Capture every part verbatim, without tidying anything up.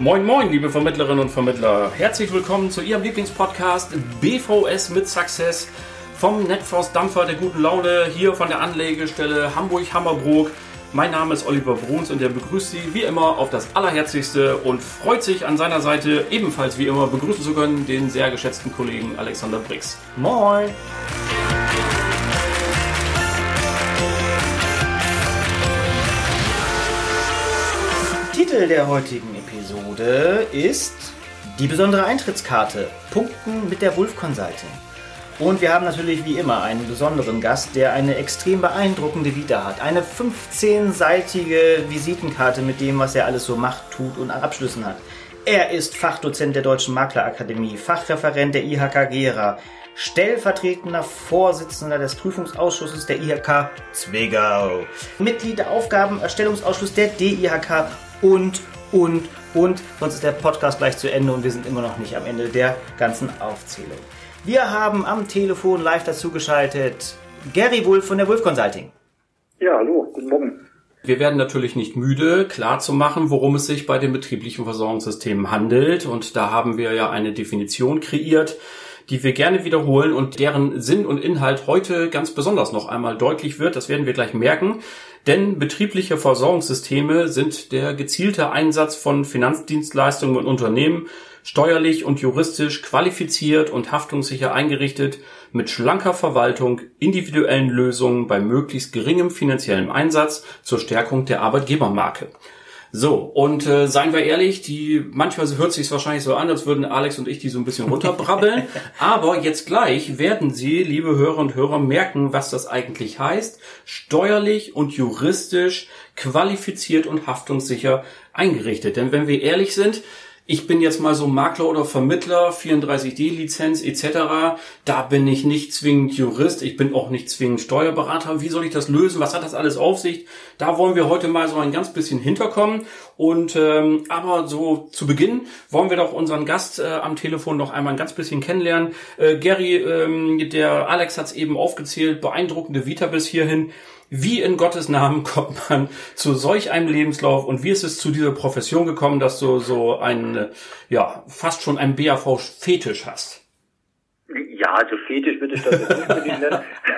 Moin moin, liebe Vermittlerinnen und Vermittler. Herzlich willkommen zu Ihrem Lieblingspodcast B V S mit Success vom Netforce Dampfer der guten Laune hier von der Anlegestelle Hamburg-Hammerbrook. Mein Name ist Oliver Bruns und der begrüßt Sie wie immer auf das Allerherzlichste und freut sich an seiner Seite ebenfalls wie immer begrüßen zu können den sehr geschätzten Kollegen Alexander Brix. Moin! Titel der heutigen Episode ist die besondere Eintrittskarte, Punkten mit der Wulf Consulting. Und wir haben natürlich wie immer einen besonderen Gast, der eine extrem beeindruckende Vita hat. Eine fünfzehnseitige Visitenkarte mit dem, was er alles so macht, tut und an Abschlüssen hat. Er ist Fachdozent der Deutschen Maklerakademie, Fachreferent der I H K Gera, stellvertretender Vorsitzender des Prüfungsausschusses der I H K Zwickau, Mitglied der Aufgabenerstellungsausschuss der D I H K und, und, und. Sonst ist der Podcast gleich zu Ende und wir sind immer noch nicht am Ende der ganzen Aufzählung. Wir haben am Telefon live dazugeschaltet Gary Wulf von der Wulf Consulting. Ja, hallo, guten Morgen. Wir werden natürlich nicht müde, klar zu machen, worum es sich bei den betrieblichen Versorgungssystemen handelt. Und da haben wir ja eine Definition kreiert, die wir gerne wiederholen und deren Sinn und Inhalt heute ganz besonders noch einmal deutlich wird. Das werden wir gleich merken. Denn betriebliche Versorgungssysteme sind der gezielte Einsatz von Finanzdienstleistungen und Unternehmen, steuerlich und juristisch qualifiziert und haftungssicher eingerichtet, mit schlanker Verwaltung, individuellen Lösungen bei möglichst geringem finanziellem Einsatz zur Stärkung der Arbeitgebermarke. So, und äh, seien wir ehrlich, die manchmal hört es sich wahrscheinlich so an, als würden Alex und ich die so ein bisschen runterbrabbeln, aber jetzt gleich werden Sie, liebe Hörer und Hörer, merken, was das eigentlich heißt, steuerlich und juristisch qualifiziert und haftungssicher eingerichtet. Denn wenn wir ehrlich sind, ich bin jetzt mal so Makler oder Vermittler, vierunddreißig D Lizenz et cetera. Da bin ich nicht zwingend Jurist, ich bin auch nicht zwingend Steuerberater. Wie soll ich das lösen? Was hat das alles auf sich? Da wollen wir heute mal so ein ganz bisschen hinterkommen. Und ähm, aber so zu Beginn wollen wir doch unseren Gast äh, am Telefon noch einmal ein ganz bisschen kennenlernen. Äh, Gary, ähm, der Alex hat es eben aufgezählt, beeindruckende Vita bis hierhin. Wie in Gottes Namen kommt man zu solch einem Lebenslauf und wie ist es zu dieser Profession gekommen, dass du so einen, ja, fast schon einen B A V-Fetisch hast? Ja, also Fetisch würde ich das jetzt nicht unbedingt nennen.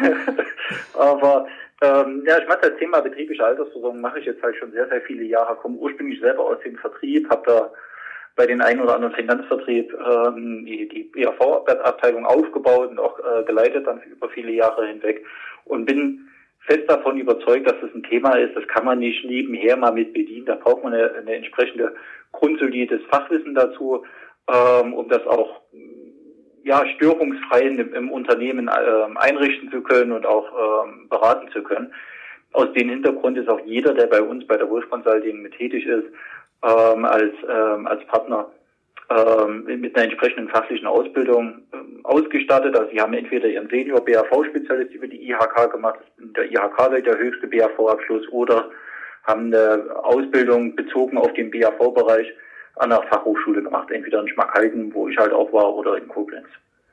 Aber ähm, ja, ich mache das Thema betriebliche Altersversorgung mache ich jetzt halt schon sehr, sehr viele Jahre. Komme ursprünglich selber aus dem Vertrieb, habe da bei den einen oder anderen Finanzvertrieb ähm, die, die B A V-Abteilung aufgebaut und auch äh, geleitet dann über viele Jahre hinweg und bin fest davon überzeugt, dass das ein Thema ist, das kann man nicht nebenher mal mit bedienen. Da braucht man eine, eine entsprechende grundsolides Fachwissen dazu, ähm, um das auch ja störungsfrei im, im Unternehmen ähm, einrichten zu können und auch ähm, beraten zu können. Aus dem Hintergrund ist auch jeder, der bei uns bei der Wulf Consulting mit tätig ist, ähm, als ähm, als Partner ähm, mit einer entsprechenden fachlichen Ausbildung ähm, ausgestattet. Also sie haben entweder ihren Senior B A V-Spezialist über die I H K gemacht, der I H K-Welt der höchste B A V-Abschluss, oder haben eine Ausbildung bezogen auf den B A V-Bereich an der Fachhochschule gemacht, entweder in Schmackhalden, wo ich halt auch war, oder in Koblenz.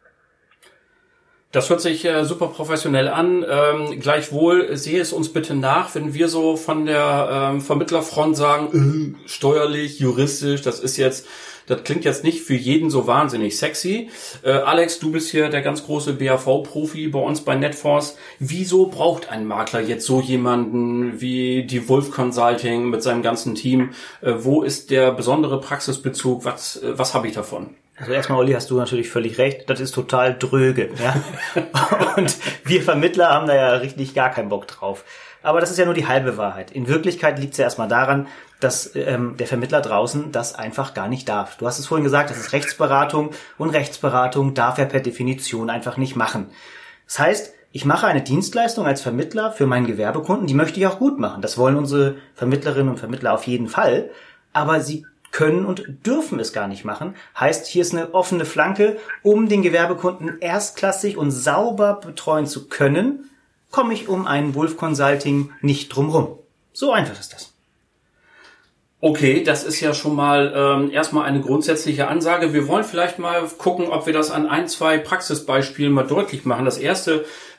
Das hört sich äh, super professionell an. Ähm, gleichwohl sehe es uns bitte nach, wenn wir so von der ähm, Vermittlerfront sagen, äh, steuerlich, juristisch, das ist jetzt, das klingt jetzt nicht für jeden so wahnsinnig sexy. Äh, Alex, du bist hier der ganz große B A V-Profi bei uns bei Netforce. Wieso braucht ein Makler jetzt so jemanden wie die Wulf Consulting mit seinem ganzen Team? Äh, wo ist der besondere Praxisbezug? Was, äh, was habe ich davon? Also erstmal, Olli, hast du natürlich völlig recht. Das ist total dröge, ja. Und wir Vermittler haben da ja richtig gar keinen Bock drauf. Aber das ist ja nur die halbe Wahrheit. In Wirklichkeit liegt es ja erstmal daran, dass ähm, der Vermittler draußen das einfach gar nicht darf. Du hast es vorhin gesagt, das ist Rechtsberatung und Rechtsberatung darf er per Definition einfach nicht machen. Das heißt, ich mache eine Dienstleistung als Vermittler für meinen Gewerbekunden, die möchte ich auch gut machen. Das wollen unsere Vermittlerinnen und Vermittler auf jeden Fall. Aber sie können und dürfen es gar nicht machen. Heißt, hier ist eine offene Flanke, um den Gewerbekunden erstklassig und sauber betreuen zu können, komme ich um ein Wulf Consulting nicht drumrum. So einfach ist das. Okay, das ist ja schon mal ähm, erstmal eine grundsätzliche Ansage. Wir wollen vielleicht mal gucken, ob wir das an ein, zwei Praxisbeispielen mal deutlich machen. Das erste,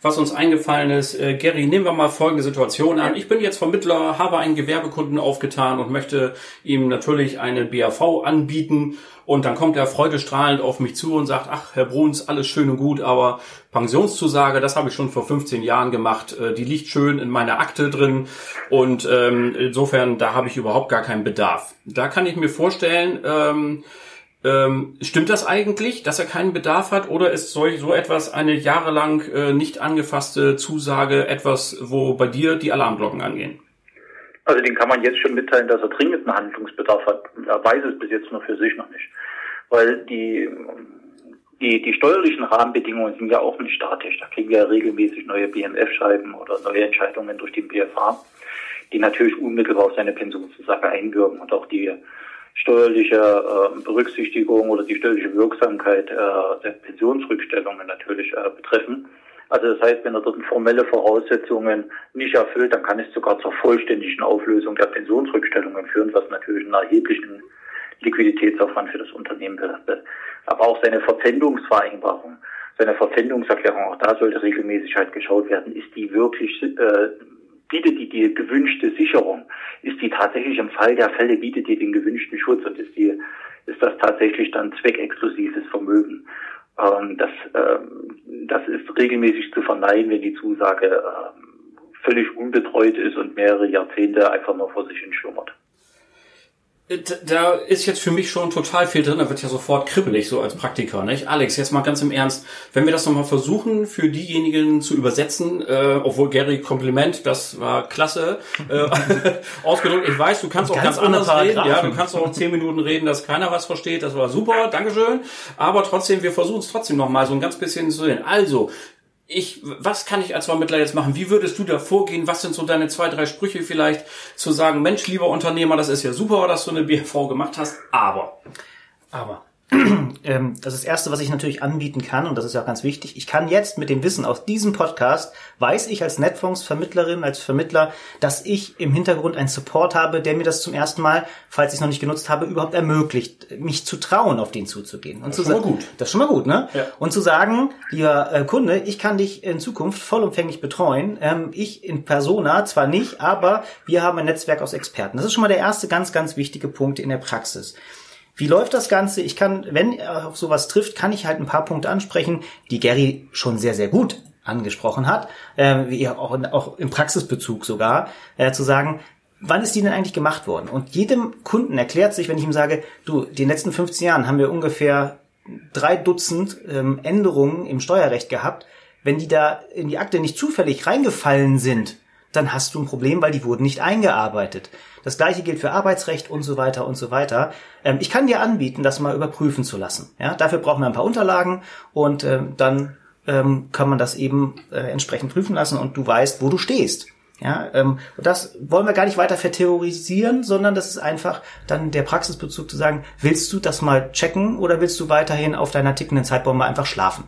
was uns eingefallen ist. Äh, Gary, nehmen wir mal folgende Situation an. Ich bin jetzt Vermittler, habe einen Gewerbekunden aufgetan und möchte ihm natürlich eine B A V anbieten. Und dann kommt er freudestrahlend auf mich zu und sagt, ach, Herr Bruns, alles schön und gut, aber Pensionszusage, das habe ich schon vor fünfzehn Jahren gemacht. Die liegt schön in meiner Akte drin und ähm, insofern, da habe ich überhaupt gar keinen Bedarf. Da kann ich mir vorstellen, ähm, ähm, stimmt das eigentlich, dass er keinen Bedarf hat, oder ist so, so etwas eine jahrelang äh, nicht angefasste Zusage etwas, wo bei dir die Alarmglocken angehen? Also den kann man jetzt schon mitteilen, dass er dringend einen Handlungsbedarf hat. Er weiß es bis jetzt nur für sich noch nicht. Weil die, die, die steuerlichen Rahmenbedingungen sind ja auch nicht statisch. Da kriegen wir ja regelmäßig neue B M F-Scheiben oder neue Entscheidungen durch den B F H, die natürlich unmittelbar auf seine Pensionszusage einwirken und auch die steuerliche äh, Berücksichtigung oder die steuerliche Wirksamkeit äh, der Pensionsrückstellungen natürlich äh, betreffen. Also das heißt, wenn er dort formelle Voraussetzungen nicht erfüllt, dann kann es sogar zur vollständigen Auflösung der Pensionsrückstellungen führen, was natürlich einen erheblichen Liquiditätsaufwand für das Unternehmen bedeutet. Aber auch seine Verpfändungsvereinbarung, seine Verpfändungserklärung, auch da sollte regelmäßig halt geschaut werden, ist die wirklich, äh, bietet die die gewünschte Sicherung, ist die tatsächlich im Fall der Fälle, bietet die den gewünschten Schutz und ist die, ist das tatsächlich dann zweckexklusives Vermögen. Ähm, das, ähm, das ist regelmäßig zu verneinen, wenn die Zusage ähm, völlig unbetreut ist und mehrere Jahrzehnte einfach nur vor sich hin schlummert. Da ist jetzt für mich schon total viel drin, da wird ja sofort kribbelig, so als Praktiker, nicht? Alex, jetzt mal ganz im Ernst, wenn wir das nochmal versuchen, für diejenigen zu übersetzen, äh, obwohl Gary, Kompliment, das war klasse, äh, ausgedrückt, ich weiß, du kannst auch ganz, ganz anders reden, ja, du kannst auch zehn Minuten reden, dass keiner was versteht, das war super, Dankeschön, aber trotzdem, wir versuchen es trotzdem nochmal so ein ganz bisschen zu sehen. Also, Ich, was kann ich als Vermittler jetzt machen? Wie würdest du da vorgehen? Was sind so deine zwei, drei Sprüche vielleicht, zu sagen, Mensch, lieber Unternehmer, das ist ja super, dass du eine B A V gemacht hast, aber. Aber. Ähm, das ist das Erste, was ich natürlich anbieten kann, und das ist ja auch ganz wichtig. Ich kann jetzt mit dem Wissen aus diesem Podcast, weiß ich als Netfonds-Vermittlerin, als Vermittler, dass ich im Hintergrund einen Support habe, der mir das zum ersten Mal, falls ich es noch nicht genutzt habe, überhaupt ermöglicht, mich zu trauen, auf den zuzugehen. Und das zu ist schon mal gut. Das ist schon mal gut, ne? Ja. Und zu sagen, lieber äh, Kunde, ich kann dich in Zukunft vollumfänglich betreuen. Ähm, ich in Persona zwar nicht, aber wir haben ein Netzwerk aus Experten. Das ist schon mal der erste ganz, ganz wichtige Punkt in der Praxis. Wie läuft das Ganze? Ich kann, wenn er auf sowas trifft, kann ich halt ein paar Punkte ansprechen, die Gary schon sehr, sehr gut angesprochen hat, äh, wie auch, in, auch im Praxisbezug sogar, äh, zu sagen, wann ist die denn eigentlich gemacht worden? Und jedem Kunden erklärt sich, wenn ich ihm sage, du, in den letzten fünfzehn Jahren haben wir ungefähr drei Dutzend ähm, Änderungen im Steuerrecht gehabt. Wenn die da in die Akte nicht zufällig reingefallen sind, dann hast du ein Problem, weil die wurden nicht eingearbeitet. Das Gleiche gilt für Arbeitsrecht und so weiter und so weiter. Ähm, ich kann dir anbieten, das mal überprüfen zu lassen. Ja, dafür brauchen wir ein paar Unterlagen und ähm, dann ähm, kann man das eben äh, entsprechend prüfen lassen und du weißt, wo du stehst. Ja, ähm, und das wollen wir gar nicht weiter vertheorisieren, sondern das ist einfach dann der Praxisbezug zu sagen, willst du das mal checken oder willst du weiterhin auf deiner tickenden Zeitbombe einfach schlafen?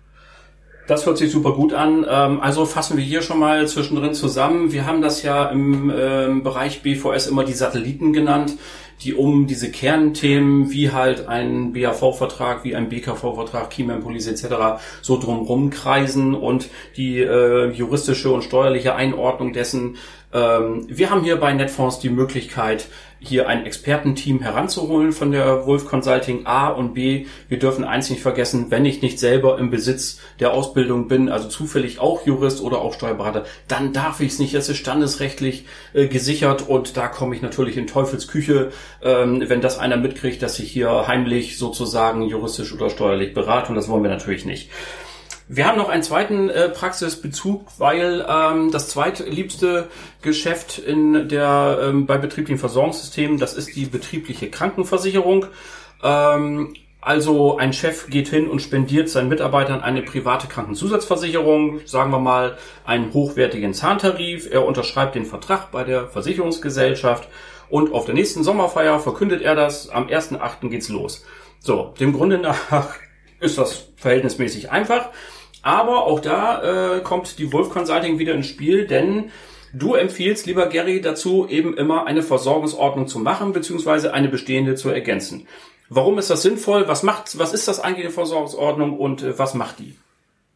Das hört sich super gut an. Also fassen wir hier schon mal zwischendrin zusammen. Wir haben das ja im Bereich B V S immer die Satelliten genannt, die um diese Kernthemen wie halt ein B A V-Vertrag, wie ein B K V-Vertrag, Keyman-Police et cetera so drumherum kreisen und die äh, juristische und steuerliche Einordnung dessen. Ähm, wir haben hier bei Netfonds die Möglichkeit, hier ein Expertenteam heranzuholen von der Wulf Consulting A und B. Wir dürfen eins nicht vergessen, wenn ich nicht selber im Besitz der Ausbildung bin, also zufällig auch Jurist oder auch Steuerberater, dann darf ich es nicht. Es ist standesrechtlich äh, gesichert und da komme ich natürlich in Teufelsküche, ähm, wenn das einer mitkriegt, dass ich hier heimlich sozusagen juristisch oder steuerlich berate, und das wollen wir natürlich nicht. Wir haben noch einen zweiten äh, Praxisbezug, weil ähm, das zweitliebste Geschäft in der ähm, bei betrieblichen Versorgungssystemen, das ist die betriebliche Krankenversicherung. Ähm, also ein Chef geht hin und spendiert seinen Mitarbeitern eine private Krankenzusatzversicherung, sagen wir mal einen hochwertigen Zahntarif. Er unterschreibt den Vertrag bei der Versicherungsgesellschaft und auf der nächsten Sommerfeier verkündet er das, am ersten achten geht's los. So, dem Grunde nach ist das verhältnismäßig einfach. Aber auch da äh, kommt die Wulf Consulting wieder ins Spiel, denn du empfiehlst, lieber Gary, dazu eben immer eine Versorgungsordnung zu machen, beziehungsweise eine bestehende zu ergänzen. Warum ist das sinnvoll? Was macht, was ist das eigentlich, eine Versorgungsordnung, und äh, was macht die?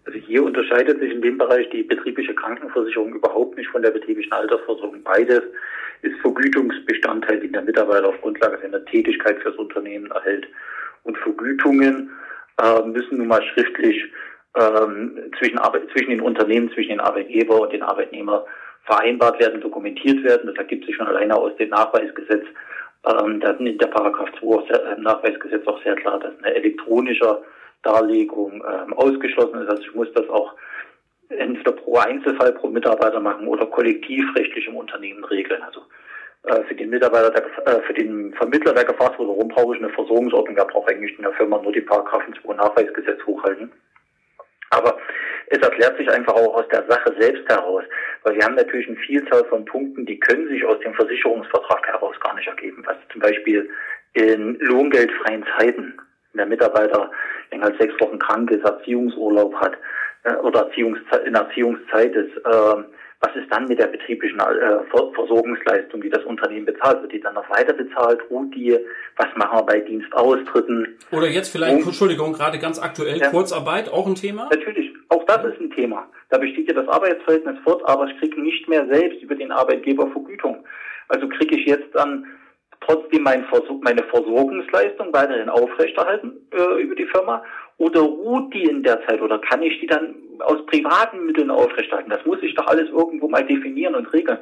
Also hier unterscheidet sich in dem Bereich die betriebliche Krankenversicherung überhaupt nicht von der betrieblichen Altersversorgung. Beides ist Vergütungsbestandteil, den der Mitarbeiter auf Grundlage seiner Tätigkeit fürs Unternehmen erhält. Und Vergütungen äh, müssen nun mal schriftlich ähm, zwischen, Arbeit, zwischen den Unternehmen, zwischen den Arbeitgeber und den Arbeitnehmer vereinbart werden, dokumentiert werden. Das ergibt sich schon alleine aus dem Nachweisgesetz. Ähm, da sind in der Paragraph zwei im Nachweisgesetz auch sehr klar, dass eine elektronische Darlegung ähm, ausgeschlossen ist. Also ich muss das auch entweder pro Einzelfall, pro Mitarbeiter machen oder kollektivrechtlich im Unternehmen regeln. Also äh, für den Mitarbeiter, der, äh, für den Vermittler, der gefragt wurde, warum brauche ich eine Versorgungsordnung, der braucht eigentlich in der Firma nur die Paragraphen zwei Nachweisgesetz hochhalten. Aber es erklärt sich einfach auch aus der Sache selbst heraus, weil wir haben natürlich eine Vielzahl von Punkten, die können sich aus dem Versicherungsvertrag heraus gar nicht ergeben. Was zum Beispiel in lohngeldfreien Zeiten, wenn der Mitarbeiter länger als sechs Wochen krank ist, Erziehungsurlaub hat äh, oder Erziehungszeit, in Erziehungszeit ist, äh, was ist dann mit der betrieblichen äh, Versorgungsleistung, die das Unternehmen bezahlt? Wird die dann noch weiter bezahlt? Ruht die? Was machen wir bei Dienstaustritten? Oder jetzt vielleicht, um, Entschuldigung, gerade ganz aktuell, ja. Kurzarbeit, auch ein Thema? Natürlich, auch das ist ein Thema. Da besteht ja das Arbeitsverhältnis fort, aber ich kriege nicht mehr selbst über den Arbeitgeber Vergütung. Also kriege ich jetzt dann trotzdem mein Versuch, meine Versorgungsleistung weiterhin aufrechterhalten äh, über die Firma, oder ruht die in der Zeit, oder kann ich die dann aus privaten Mitteln aufrechterhalten? Das muss ich doch alles irgendwo mal definieren und regeln.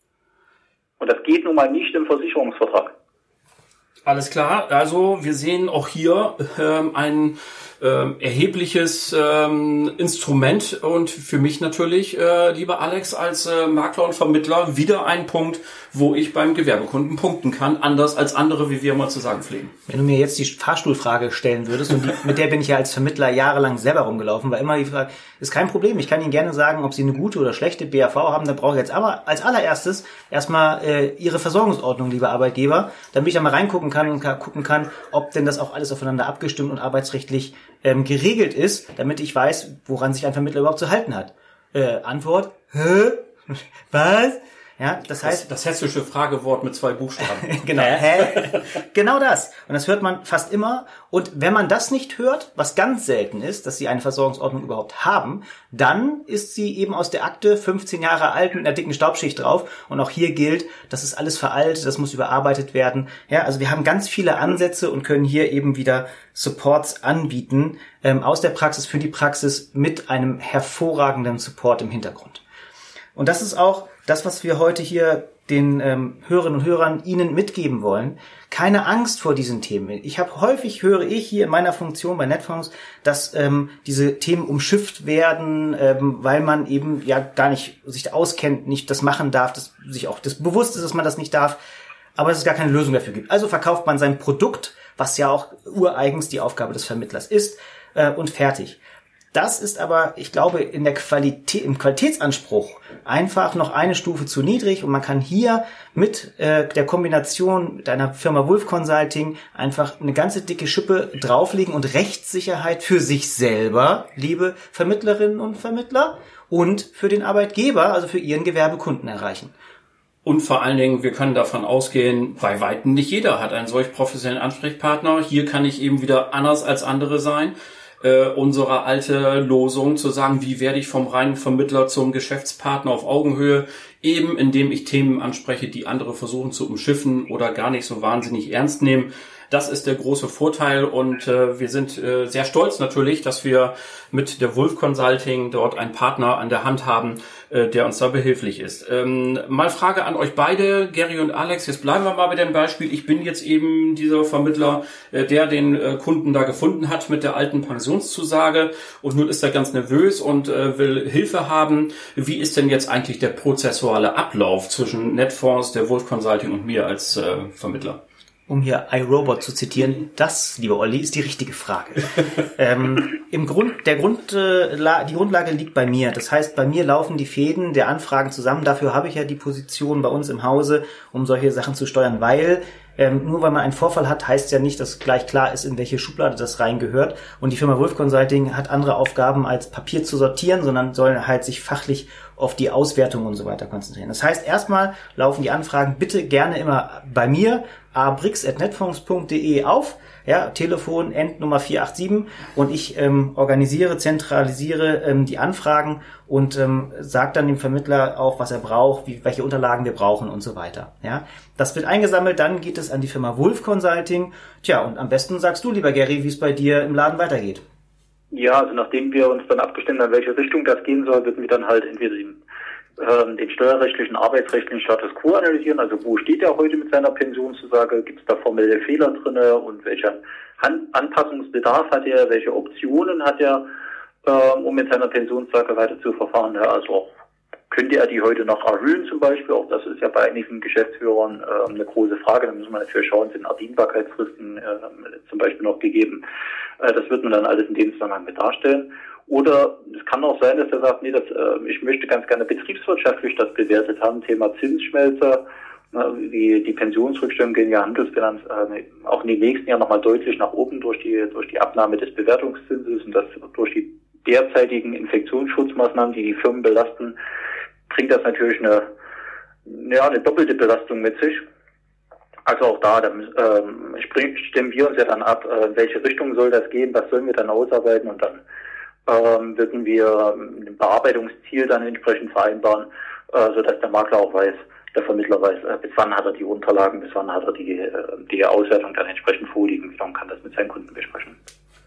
Und das geht nun mal nicht im Versicherungsvertrag. Alles klar, also wir sehen auch hier ähm, ein ähm, erhebliches ähm, Instrument und für mich natürlich, äh, lieber Alex, als äh, Makler und Vermittler wieder ein Punkt, wo ich beim Gewerbekunden punkten kann, anders als andere, wie wir mal zu sagen pflegen. Wenn du mir jetzt die Fahrstuhlfrage stellen würdest, und die, mit der bin ich ja als Vermittler jahrelang selber rumgelaufen, war immer die Frage, ist kein Problem, ich kann Ihnen gerne sagen, ob Sie eine gute oder schlechte B A V haben, dann brauche ich jetzt aber als allererstes erstmal äh, Ihre Versorgungsordnung, lieber Arbeitgeber, damit ich da mal reingucken kann und gucken kann, ob denn das auch alles aufeinander abgestimmt und arbeitsrechtlich ähm, geregelt ist, damit ich weiß, woran sich ein Vermittler überhaupt zu halten hat. Äh, Antwort, hä? Was? Ja, das heißt... Das, das hessische Fragewort mit zwei Buchstaben. Genau, hä? Genau das. Und das hört man fast immer. Und wenn man das nicht hört, was ganz selten ist, dass sie eine Versorgungsordnung überhaupt haben, dann ist sie eben aus der Akte fünfzehn Jahre alt mit einer dicken Staubschicht drauf. Und auch hier gilt, das ist alles veraltet, das muss überarbeitet werden. Ja, also wir haben ganz viele Ansätze und können hier eben wieder Supports anbieten, ähm, aus der Praxis für die Praxis mit einem hervorragenden Support im Hintergrund. Und das ist auch das, was wir heute hier den ähm, Hörerinnen und Hörern Ihnen mitgeben wollen. Keine Angst vor diesen Themen. Ich habe häufig, höre ich hier in meiner Funktion bei Netfonds, dass ähm, diese Themen umschifft werden, ähm, weil man eben ja gar nicht sich auskennt, nicht das machen darf, dass sich auch das bewusst ist, dass man das nicht darf, aber dass es gar keine Lösung dafür gibt. Also verkauft man sein Produkt, was ja auch ureigens die Aufgabe des Vermittlers ist, äh, und fertig. Das ist aber, ich glaube, in der Qualität, im Qualitätsanspruch einfach noch eine Stufe zu niedrig und man kann hier mit äh, der Kombination mit einer Firma Wulff Consulting einfach eine ganze dicke Schippe drauflegen und Rechtssicherheit für sich selber, liebe Vermittlerinnen und Vermittler, und für den Arbeitgeber, also für ihren Gewerbekunden erreichen. Und vor allen Dingen, wir können davon ausgehen, bei Weitem nicht jeder hat einen solch professionellen Ansprechpartner. Hier kann ich eben wieder anders als andere sein. Äh, unsere alte Losung zu sagen, wie werde ich vom reinen Vermittler zum Geschäftspartner auf Augenhöhe, eben indem ich Themen anspreche, die andere versuchen zu umschiffen oder gar nicht so wahnsinnig ernst nehmen. Das ist der große Vorteil und äh, wir sind äh, sehr stolz natürlich, dass wir mit der Wulff Consulting dort einen Partner an der Hand haben, äh, der uns da behilflich ist. Ähm, mal Frage an euch beide, Gary und Alex, jetzt bleiben wir mal bei dem Beispiel. Ich bin jetzt eben dieser Vermittler, äh, der den äh, Kunden da gefunden hat mit der alten Pensionszusage und nun ist er ganz nervös und äh, will Hilfe haben. Wie ist denn jetzt eigentlich der prozessuale Ablauf zwischen Netfonds, der Wulff Consulting und mir als äh, Vermittler? Um hier iRobot zu zitieren, das, lieber Olli, ist die richtige Frage. ähm, im Grund, der Grund, äh, la, die Grundlage liegt bei mir. Das heißt, bei mir laufen die Fäden der Anfragen zusammen. Dafür habe ich ja die Position bei uns im Hause, um solche Sachen zu steuern, weil ähm, nur weil man einen Vorfall hat, heißt ja nicht, dass gleich klar ist, in welche Schublade das reingehört. Und die Firma Wulff Consulting hat andere Aufgaben, als Papier zu sortieren, sondern soll halt sich fachlich auf die Auswertung und so weiter konzentrieren. Das heißt, erstmal laufen die Anfragen bitte gerne immer bei mir, a brix at netfonds punkt de auf, ja, Telefon Endnummer vier acht sieben, und ich ähm, organisiere, zentralisiere ähm, die Anfragen und ähm, sage dann dem Vermittler auch, was er braucht, wie, welche Unterlagen wir brauchen und so weiter. Ja, das wird eingesammelt, dann geht es an die Firma Wulf Consulting. Tja, und am besten sagst du, lieber Gary, wie es bei dir im Laden weitergeht. Ja, also nachdem wir uns dann abgestimmt haben, in welche Richtung das gehen soll, würden wir dann halt entweder den, ähm, den steuerrechtlichen, arbeitsrechtlichen Status quo analysieren, also wo steht er heute mit seiner Pensionszusage, gibt es da formelle Fehler drinne und welcher Han- Anpassungsbedarf hat er, welche Optionen hat er, ähm, um mit seiner Pensionszusage weiter zu verfahren. Ja, also auch könnte er die heute noch erhöhen zum Beispiel, auch das ist ja bei einigen Geschäftsführern äh, eine große Frage, da müssen wir natürlich schauen, sind Erdienbarkeitsfristen äh, zum Beispiel noch gegeben. Äh, das wird man dann alles in dem Zusammenhang mit darstellen. Oder es kann auch sein, dass er sagt, nee, das, äh, ich möchte ganz gerne betriebswirtschaftlich das bewertet haben, Thema Zinsschmelzer, äh, die, die Pensionsrückstellungen gehen ja Handelsbilanz äh, auch in den nächsten Jahren nochmal deutlich nach oben durch die, durch die Abnahme des Bewertungszinses und das durch die derzeitigen Infektionsschutzmaßnahmen, die die Firmen belasten, bringt das natürlich eine, ja, eine doppelte Belastung mit sich. Also auch da, da ähm, stimmen wir uns ja dann ab, äh, in welche Richtung soll das gehen, was sollen wir dann ausarbeiten, und dann ähm, würden wir ein Bearbeitungsziel dann entsprechend vereinbaren, äh, sodass der Makler auch weiß, der Vermittler weiß, äh, bis wann hat er die Unterlagen, bis wann hat er die, äh, die Auswertung dann entsprechend vorliegen und kann das mit seinen Kunden besprechen.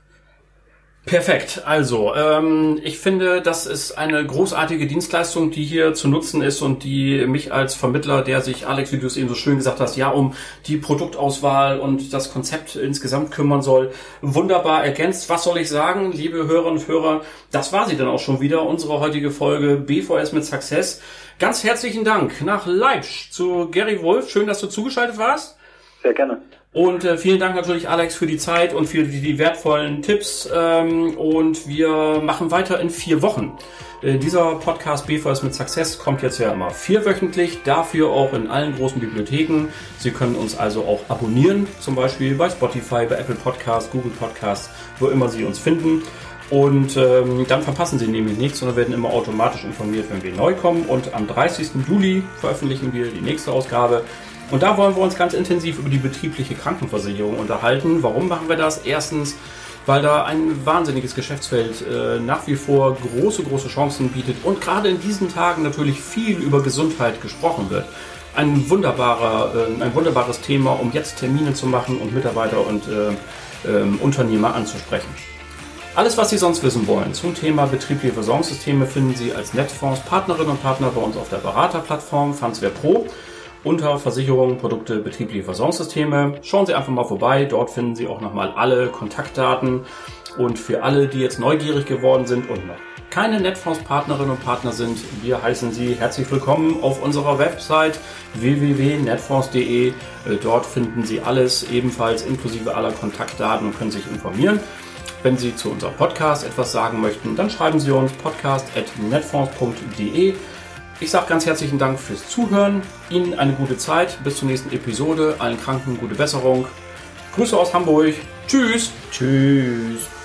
Perfekt. Also, ähm, ich finde, das ist eine großartige Dienstleistung, die hier zu nutzen ist und die mich als Vermittler, der sich, Alex, wie du es eben so schön gesagt hast, ja, um die Produktauswahl und das Konzept insgesamt kümmern soll, wunderbar ergänzt. Was soll ich sagen, liebe Hörerinnen und Hörer? Das war sie dann auch schon wieder, unsere heutige Folge B V S mit Success. Ganz herzlichen Dank nach Leipzig zu Gary Wulf. Schön, dass du zugeschaltet warst. Sehr gerne. Und äh, vielen Dank natürlich, Alex, für die Zeit und für die, die wertvollen Tipps. Ähm, und wir machen weiter in vier Wochen. Äh, dieser Podcast B V S mit Success kommt jetzt ja immer vierwöchentlich, dafür auch in allen großen Bibliotheken. Sie können uns also auch abonnieren, zum Beispiel bei Spotify, bei Apple Podcasts, Google Podcasts, wo immer Sie uns finden. Und ähm, dann verpassen Sie nämlich nichts, sondern werden immer automatisch informiert, wenn wir neu kommen. Und am dreißigsten Juli veröffentlichen wir die nächste Ausgabe. Und da wollen wir uns ganz intensiv über die betriebliche Krankenversicherung unterhalten. Warum machen wir das? Erstens, weil da ein wahnsinniges Geschäftsfeld äh, nach wie vor große, große Chancen bietet und gerade in diesen Tagen natürlich viel über Gesundheit gesprochen wird. Ein wunderbarer, äh, ein wunderbares Thema, um jetzt Termine zu machen und Mitarbeiter und äh, äh, Unternehmer anzusprechen. Alles, was Sie sonst wissen wollen zum Thema betriebliche Versorgungssysteme, finden Sie als Netfonds Partnerinnen und Partner bei uns auf der Beraterplattform Fansware Pro. Unter Versicherungen, Produkte, betriebliche Versorgungssysteme. Schauen Sie einfach mal vorbei, dort finden Sie auch nochmal alle Kontaktdaten. Und für alle, die jetzt neugierig geworden sind und noch keine Netfonds-Partnerinnen und Partner sind, wir heißen Sie herzlich willkommen auf unserer Website w w w punkt netfonds punkt de. Dort finden Sie alles, ebenfalls inklusive aller Kontaktdaten, und können sich informieren. Wenn Sie zu unserem Podcast etwas sagen möchten, dann schreiben Sie uns podcast at netfonds punkt de. Ich sage ganz herzlichen Dank fürs Zuhören, Ihnen eine gute Zeit, bis zur nächsten Episode, allen Kranken gute Besserung. Grüße aus Hamburg, tschüss. Tschüss.